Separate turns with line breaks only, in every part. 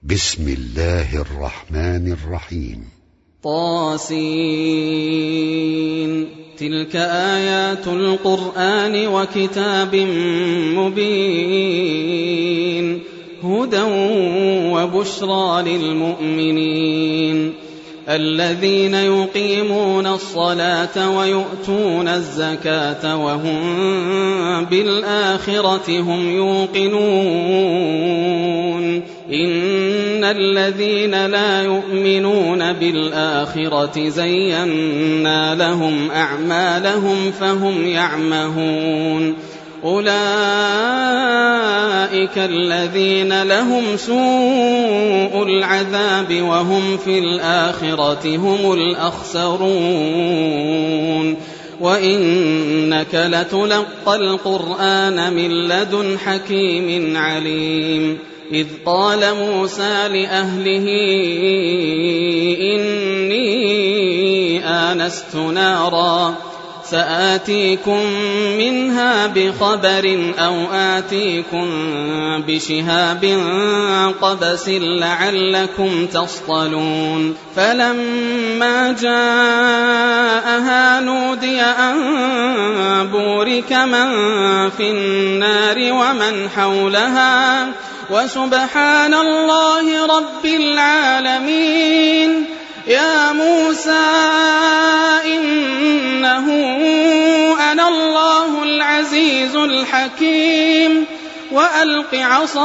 بسم الله الرحمن الرحيم.
طاسين. تلك آيات القرآن وكتاب مبين هدى وبشرى للمؤمنين الذين يقيمون الصلاة ويؤتون الزكاة وهم بالآخرة هم يوقنون إن الذين لا يؤمنون بالآخرة زينا لهم أعمالهم فهم يعمهون أولئك الذين لهم سوء العذاب وهم في الآخرة هم الأخسرون وإنك لتلقى القرآن من لدن حكيم عليم إذ قال موسى لأهله إني آنست نارا سآتيكم منها بخبر أو آتيكم بشهاب قبس لعلكم تصطلون فلما جاءها نودي أن بورك من في النار ومن حولها وسبحان الله رب العالمين يا موسى إنه أنا الله العزيز الحكيم وألق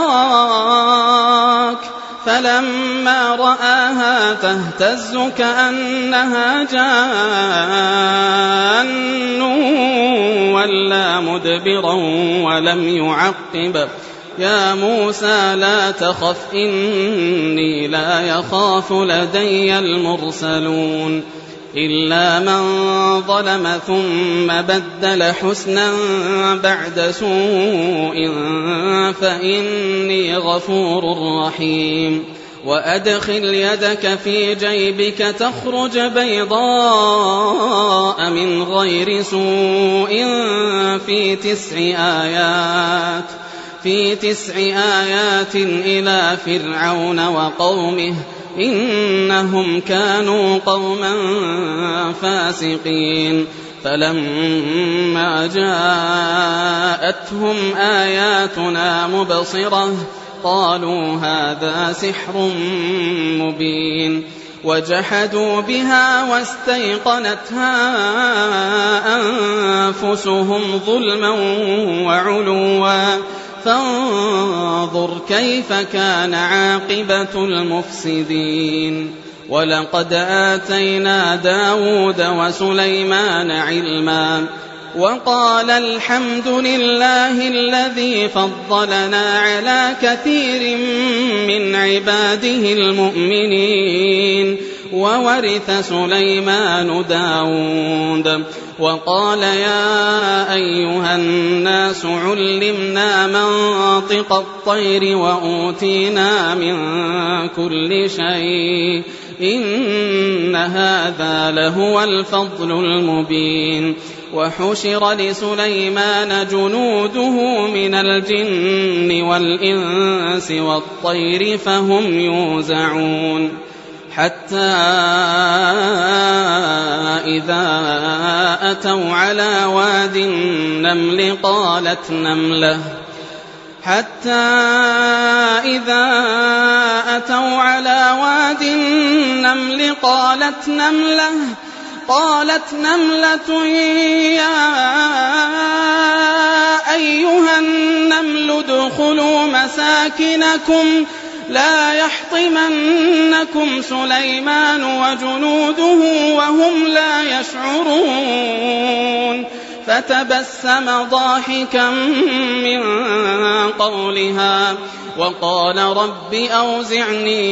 عصاك فلما رآها تهتز كأنها جان ولا مدبرا ولم يعقب يا موسى لا تخف إني لا يخاف لدي المرسلون إلا من ظلم ثم بدل حسنا بعد سوء فإني غفور رحيم وأدخل يدك في جيبك تخرج بيضاء من غير سوء في 9 آيات إلى فرعون وقومه إنهم كانوا قوما فاسقين فلما جاءتهم آياتنا مبصرة قالوا هذا سحر مبين وجحدوا بها واستيقنتها أنفسهم ظلما وعلوا فانظر كيف كان عاقبة المفسدين ولقد آتينا داود وسليمان علما وقال الحمد لله الذي فضلنا على كثير من عباده المؤمنين وورث سليمان داود وقال يا أيها الناس علمنا منطق الطير وأوتينا من كل شيء إن هذا لهو الفضل المبين وحشر لسليمان جنوده من الجن والإنس والطير فهم يوزعون حتى إذا أتوا على واد النمل قالت نملة يا أيها النمل ادخلوا مساكنكم لا يحطمنكم سليمان وجنوده وهم لا يشعرون فتبسم ضاحكا من قولها وقال رب أوزعني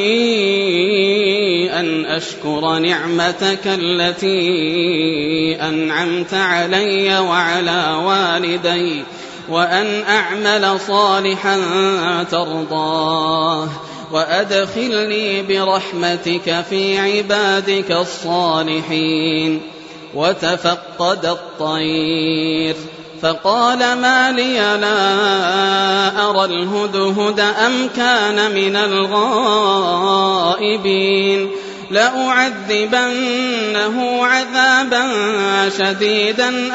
أن أشكر نعمتك التي أنعمت علي وعلى والدي وأن أعمل صالحا ترضاه وأدخلني برحمتك في عبادك الصالحين وتفقد الطير فقال ما لي لا أرى الهدهد أم كان من الغائبين لأعذبنه عذابا شديدا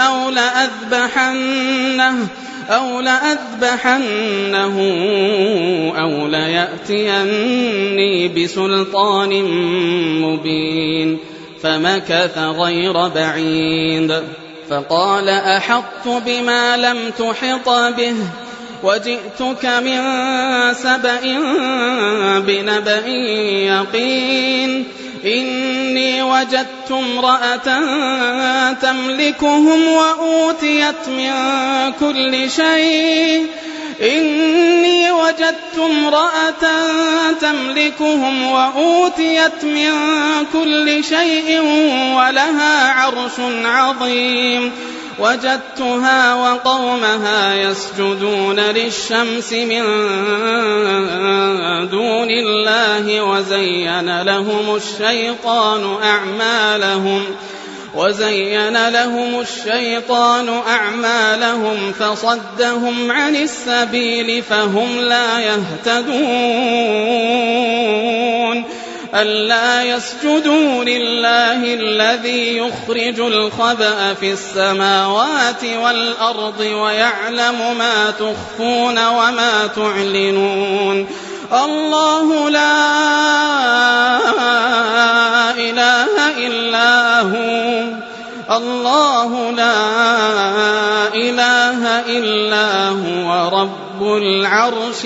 أو لأذبحنه أو ليأتيني بسلطان مبين فمكث غير بعيد فقال أحطت بما لم تحط به وجئتك من سبأ بنبأ يقين إني وجدت امرأة تملكهم وأوتيت من كل شيء ولها عرش عظيم وجدتها وقومها يسجدون للشمس من دون الله وزين لهم الشيطان أعمالهم فصدهم عن السبيل فهم لا يهتدون ألا يسجدوا لله الذي يخرج الخبأ في السماوات والأرض ويعلم ما تخفون وما تعلنون الله لا إله إلا هو رب العرش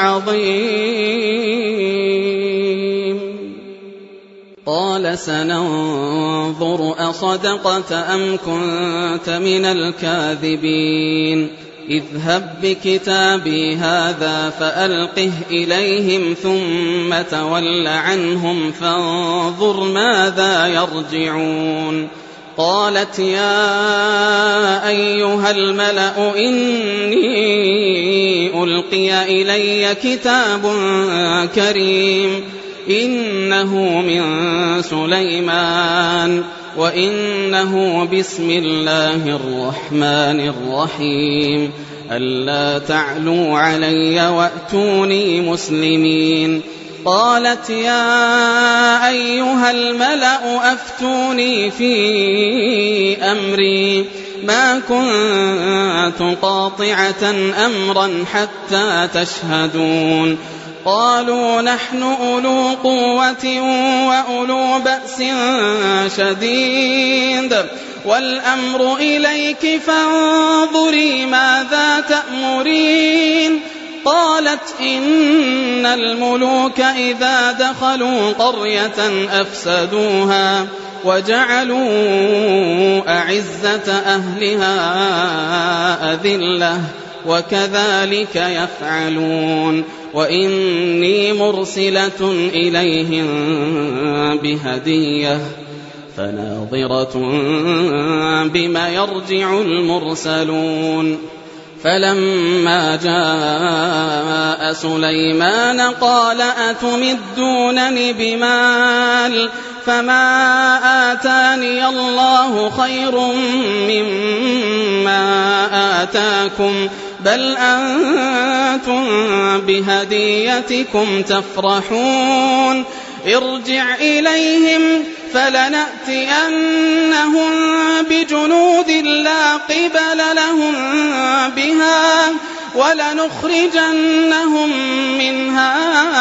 العظيم قال سننظر أصدقت أم كنت من الكاذبين اذهب بكتابي هذا فألقه إليهم ثم تول عنهم فانظر ماذا يرجعون قالت يا أيها الملأ إني ألقي إلي كتاب كريم إنه من سليمان وإنه بسم الله الرحمن الرحيم ألا تعلوا علي وأتوني مسلمين قالت يا أيها الملأ أفتوني في أمري ما كنت قاطعة أمرا حتى تشهدون قالوا نحن أولو قوة وأولو بأس شديد والأمر إليك فانظري ماذا تأمرين قالت إن الملوك إذا دخلوا قرية أفسدوها وجعلوا أعزة أهلها أذلة وكذلك يفعلون وإني مرسلة إليهم بهدية فناظرة بما يرجع المرسلون فلما جاء سليمان قال أتمدونني بمال فما آتاني الله خير مما آتاكم بل أنتم بهديتكم تفرحون ارجع إليهم فلنأتينهم بجنود لا قبل لهم بها ولنخرجنهم منها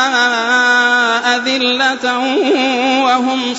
أذلة وهم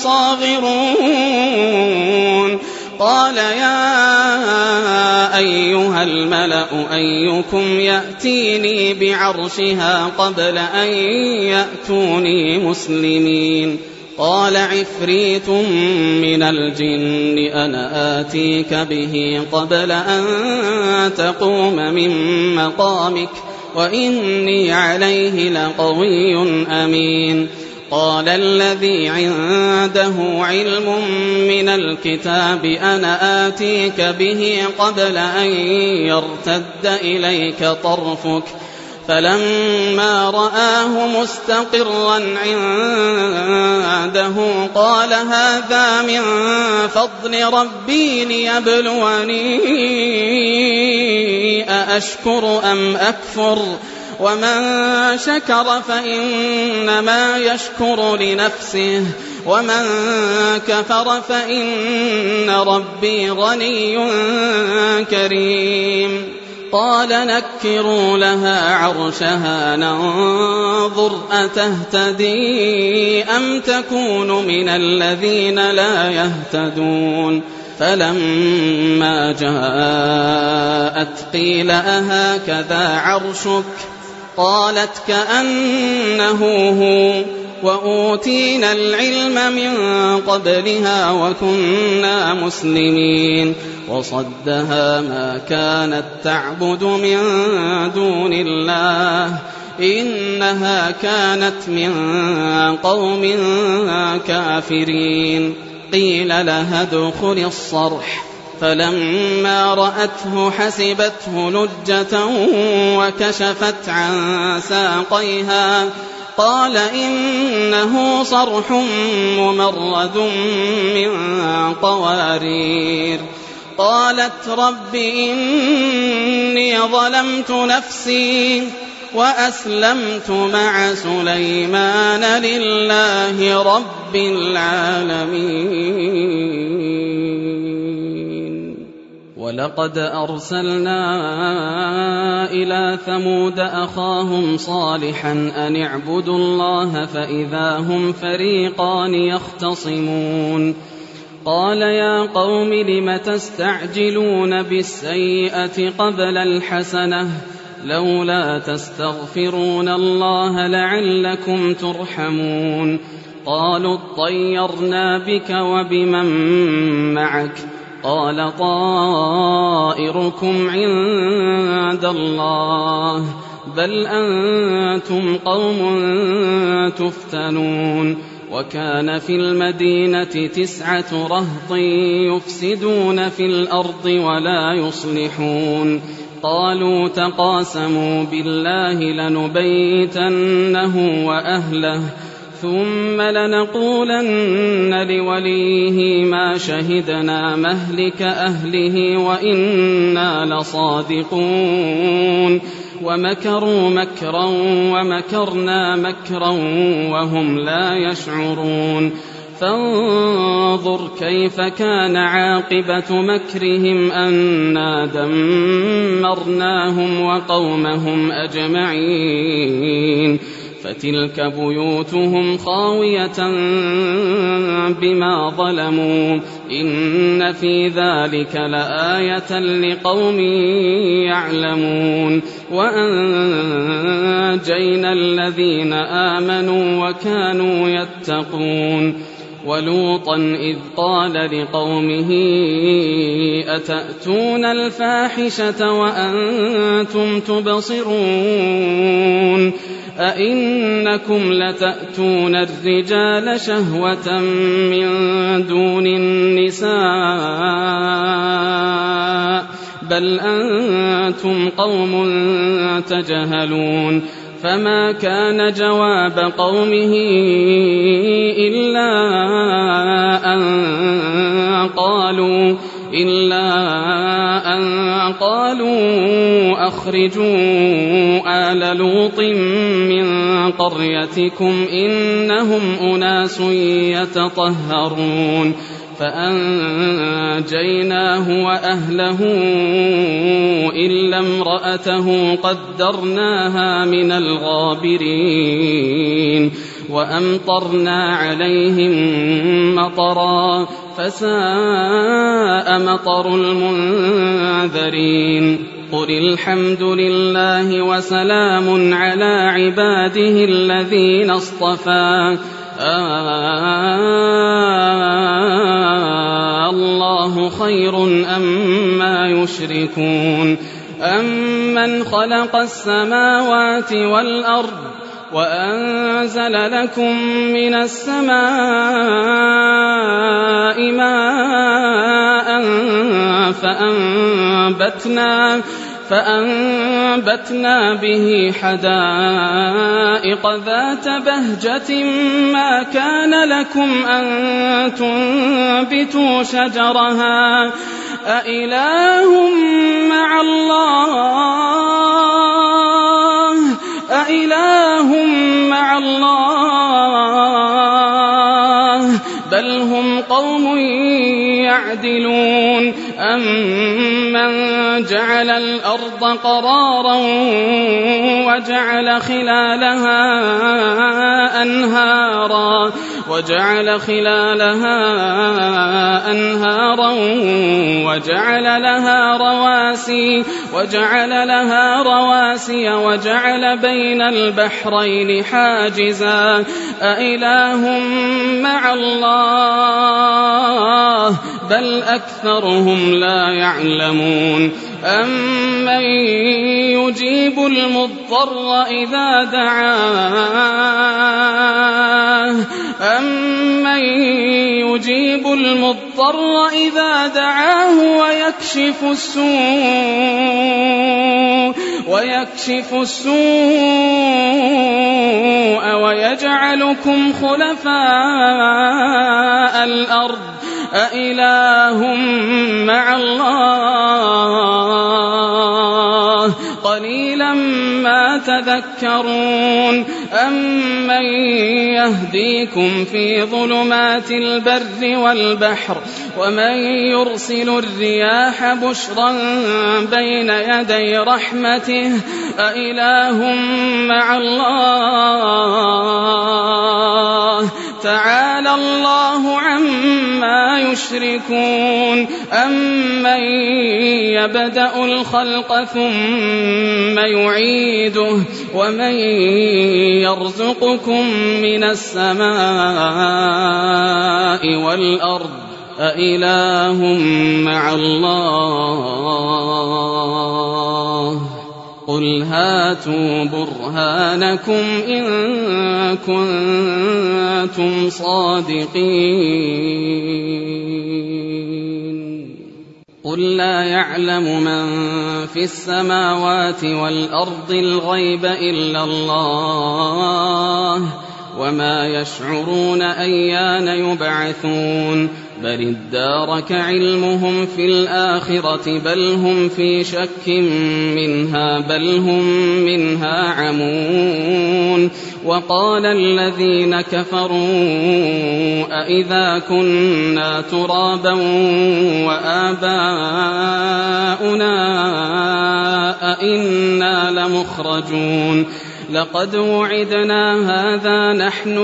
صاغرون قال يا أيها الملأ أيكم يأتيني بعرشها قبل أن يأتوني مسلمين قال عفريت من الجن أنا آتيك به قبل أن تقوم من مقامك وإني عليه لقوي أمين قال الذي عنده علم من الكتاب أنا آتيك به قبل أن يرتد إليك طرفك فلما رآه مستقرا عنده قال هذا من فضل ربي ليبلوني أأشكر أم أكفر ومن شكر فإنما يشكر لنفسه ومن كفر فإن ربي غني كريم قال نكروا لها عرشها ننظر أتهتدي أم تكون من الذين لا يهتدون فلما جاءت قيل أهكذا عرشك قالت كأنه هو وأوتينا العلم من قبلها وكنا مسلمين وصدها ما كانت تعبد من دون الله إنها كانت من قوم كافرين قيل لها ادخل الصرح فلما رأته حسبته لجة وكشفت عن ساقيها قال إنه صرح ممرد من قوارير قالت رب إني ظلمت نفسي وأسلمت مع سليمان لله رب العالمين ولقد أرسلنا إلى ثمود أخاهم صالحا أن اعبدوا الله فإذا هم فريقان يختصمون قال يا قوم لم تستعجلون بالسيئة قبل الحسنة لولا تستغفرون الله لعلكم ترحمون قالوا اطيرنا بك وبمن معك قال طائركم عند الله بل أنتم قوم تفتنون وكان في المدينة 9 رهط يفسدون في الأرض ولا يصلحون قالوا تقاسموا بالله لنبيتنه وأهله ثم لنقولن لوليه ما شهدنا مهلك أهله وإنا لصادقون ومكروا مكرا ومكرنا مكرا وهم لا يشعرون فانظر كيف كان عاقبة مكرهم أنا دمرناهم وقومهم أجمعين فتلك بيوتهم خاوية بما ظلموا إن في ذلك لآية لقوم يعلمون وأنجينا الذين آمنوا وكانوا يتقون ولوطا إذ قال لقومه أتأتون الفاحشة وأنتم تبصرون أئنكم لتأتون الرجال شهوة من دون النساء بل أنتم قوم تجهلون فما كان جواب قومه إلا أن قالوا أخرجوا آل لوط من قريتكم إنهم أناس يتطهرون فأنجيناه وأهله إلا امرأته قدرناها من الغابرين وأمطرنا عليهم مطرا فساء مطر المنذرين قل الحمد لله وسلام على عباده الذين اصطفى الله خير أما يشركون أمن خلق السماوات والأرض وأنزل لكم من السماء ماء فأنبتنا به حدائق ذات بهجة ما كان لكم أن تنبتوا شجرها أإله مع الله بل هم قوم يعدلون أمن جعل الأرض قرارا وجعل خلالها أنهارا وجعل لها رواسي وجعل بين البحرين حاجزا أإله مع الله بل أكثرهم لا يعلمون أمن يجيب المضطر إذا دعاه ويكشف السوء ويجعلكم خلفاء الأرض أإله مع الله قليلا ما تذكرون أمن يهديكم في ظلمات البر والبحر ومن يرسل الرياح بشرا بين يدي رحمته أإله مع الله تعالى الله عما يشركون أمن يبدأ الخلق ثم يعيده ومن يرزقكم من السماء والأرض أإله مع الله قل هاتوا برهانكم إن كنتم صادقين قل لا يعلم من في السماوات والأرض الغيب إلا الله وما يشعرون أيان يبعثون بل ادارك علمهم في الآخرة بل هم في شك منها بل هم منها عمون وقال الذين كفروا أئذا كنا ترابا وآباؤنا أئنا لمخرجون لقد وعدنا هذا نحن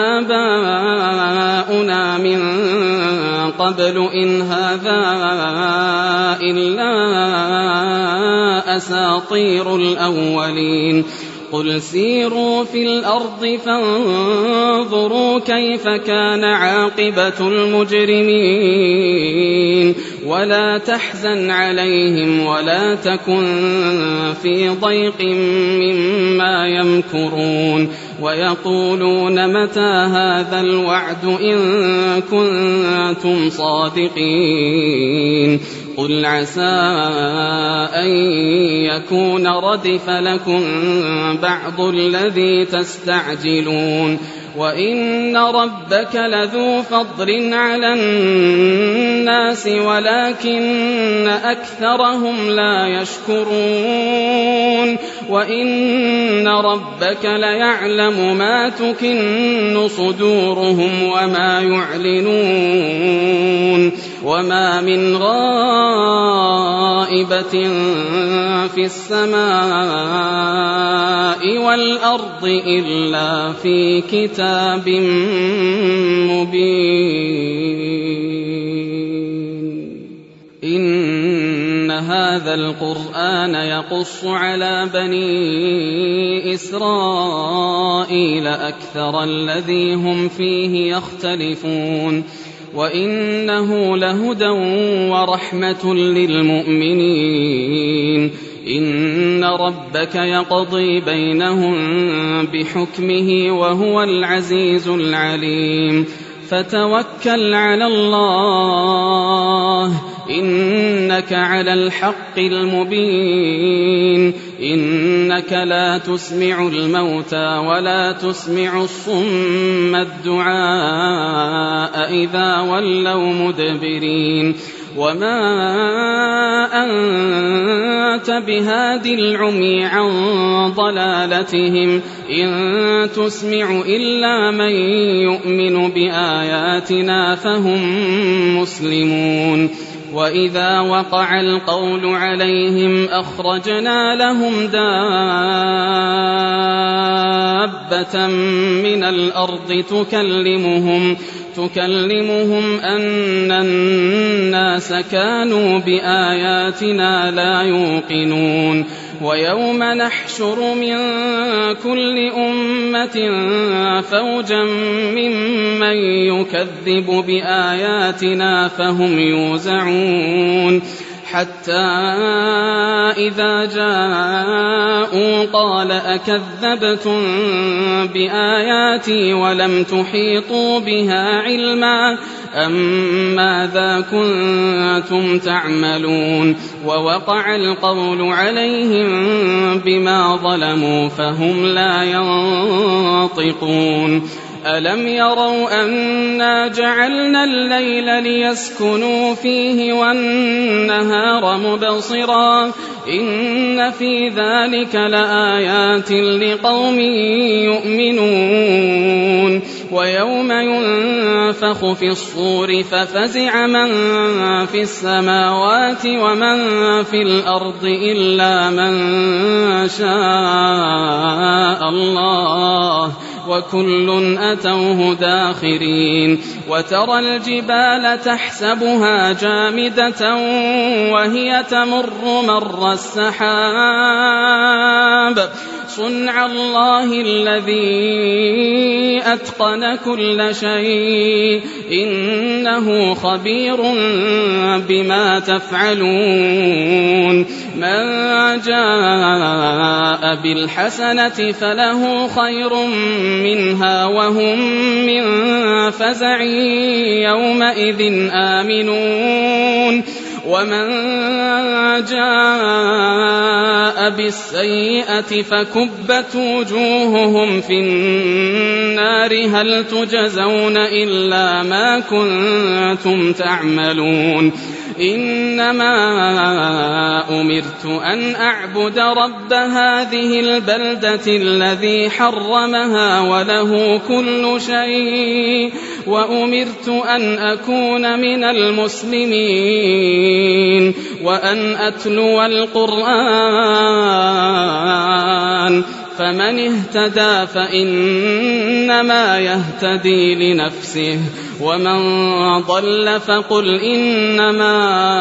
وآباؤنا من قبل إن هذا إلا أساطير الأولين قل سيروا في الأرض فانظروا كيف كان عاقبة المجرمين ولا تحزن عليهم ولا تكن في ضيق مما يمكرون ويقولون متى هذا الوعد إن كنتم صادقين قل عسى أن يكون ردف لكم بعض الذي تستعجلون وإن ربك لذو فضل على الناس ولكن أكثرهم لا يشكرون وإن ربك ليعلم ما تكن صدورهم وما يعلنون وما من غائبة في السماء والأرض إلا في كتاب مبين إن هذا القرآن يقص على بني إسرائيل أكثر الذي هم فيه يختلفون وإنه لهدى ورحمة للمؤمنين إن ربك يقضي بينهم بحكمه وهو العزيز العليم فتوكل على الله إنك على الحق المبين إنك لا تسمع الموتى ولا تسمع الصم الدعاء إذا ولوا مدبرين وما أنت بهاد العمي عن ضلالتهم إن تسمع إلا من يؤمن بآياتنا فهم مسلمون وإذا وقع القول عليهم أخرجنا لهم دابة من الأرض تكلمهم أن الناس كانوا بآياتنا لا يوقنون ويوم نحشر من كل أمة فوجا ممن يكذب بآياتنا فهم يوزعون حتى إذا جاءوا قال أكذبتم بآياتي ولم تحيطوا بها علما أم ماذا كنتم تعملون ووقع القول عليهم بما ظلموا فهم لا ينطقون ألم يروا أنا جعلنا الليل ليسكنوا فيه والنهار مبصرا إن في ذلك لآيات لقوم يؤمنون ويوم ينفخ في الصور ففزع من في السماوات ومن في الأرض إلا من شاء الله وكل أتوه داخرين وترى الجبال تحسبها جامدة وهي تمر مر السحاب صنع الله الذي أتقن كل شيء إنه خبير بما تفعلون من جاء بالحسنة فله خير منها وهم من فزع يومئذ آمنون ومن جاء بالسيئة فكبت وجوههم في النار هل تجزون إلا ما كنتم تعملون إنما أمرت أن أعبد رب هذه البلدة الذي حرمها وله كل شيء وأمرت أن أكون من المسلمين وأن أتلو القرآن فمن اهتدى فإنما يهتدي لنفسه ومن ضل فقل إنما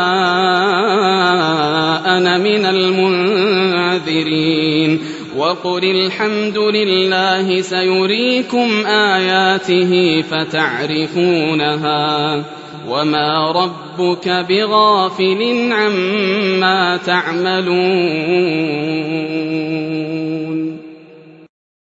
أنا من المنذرين وقل الحمد لله سيريكم آياته فتعرفونها وما ربك بغافل عما تعملون